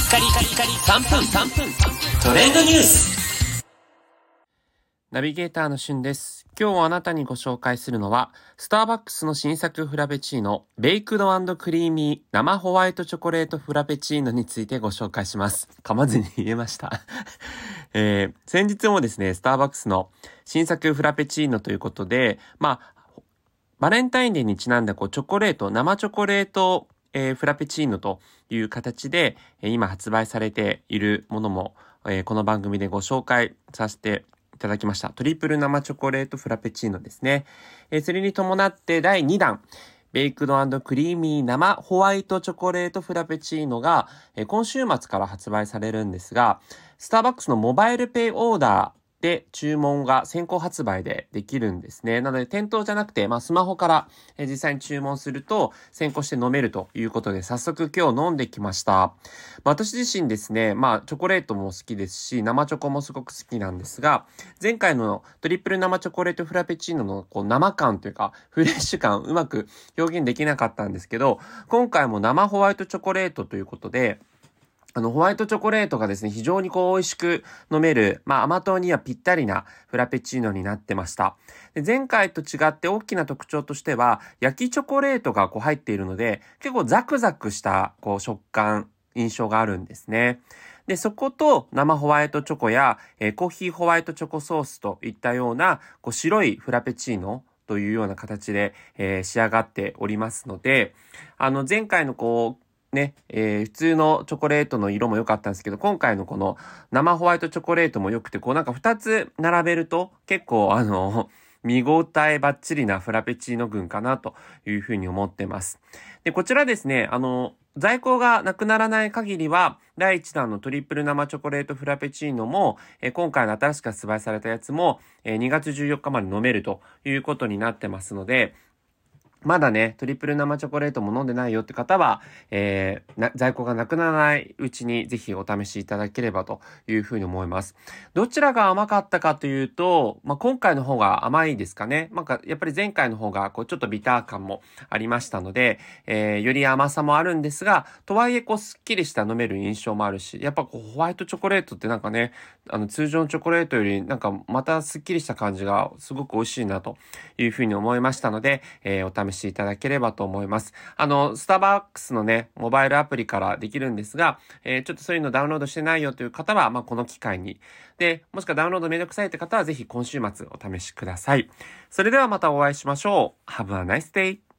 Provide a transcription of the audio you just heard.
カリカリカリ3分トレンドニュース。 ナビゲーターのしゅんです。今日あなたにご紹介するのは、スターバックスの新作フラペチーノ、ベイクド&クリーミー生ホワイトチョコレートフラペチーノについてご紹介します。噛まずに言えました。先日もですね、スターバックスの新作フラペチーノということで、バレンタインデーにちなんだチョコレート、生チョコレート、フラペチーノという形で、今発売されているものも、この番組でご紹介させていただきました。トリプル生チョコレートフラペチーノですね。それに伴って第2弾、ベイクド&クリーミー生ホワイトチョコレートフラペチーノが、今週末から発売されるんですが、スターバックスのモバイルペイオーダーで注文が先行発売でできるんですね。なので店頭じゃなくて、スマホから実際に注文すると先行して飲めるということで、早速今日飲んできました。私自身ですね、チョコレートも好きですし、生チョコもすごく好きなんですが、前回のトリプル生チョコレートフラペチーノの生感というか、フレッシュ感うまく表現できなかったんですけど、今回も生ホワイトチョコレートということで、ホワイトチョコレートがですね、非常に美味しく飲める、甘党にはぴったりなフラペチーノになってました。で、前回と違って大きな特徴としては、焼きチョコレートが入っているので、結構ザクザクした食感、印象があるんですね。で、そこと生ホワイトチョコや、コーヒーホワイトチョコソースといったような、白いフラペチーノというような形で、仕上がっておりますので、前回の普通のチョコレートの色も良かったんですけど、今回のこの生ホワイトチョコレートも良くて、2つ並べると結構見応えバッチリなフラペチーノ群かなというふうに思ってます。で、こちらですね、在庫がなくならない限りは、第1弾のトリプル生チョコレートフラペチーノも、今回の新しく発売されたやつも、2月14日まで飲めるということになってますので、まだね、トリプル生チョコレートも飲んでないよって方は、在庫がなくならないうちにぜひお試しいただければというふうに思います。どちらが甘かったかというと、今回の方が甘いですかね。やっぱり前回の方がちょっとビター感もありましたので、より甘さもあるんですが、とはいえすっきりした飲める印象もあるし、やっぱホワイトチョコレートって通常のチョコレートよりまたすっきりした感じがすごく美味しいなというふうに思いましたので、お試しいただければと思います。スターバックスのね、モバイルアプリからできるんですが、ちょっとそういうのダウンロードしてないよという方は、この機会に。で、もしくはダウンロードめんどくさいって方は、ぜひ今週末お試しください。それではまたお会いしましょう。Have a nice day!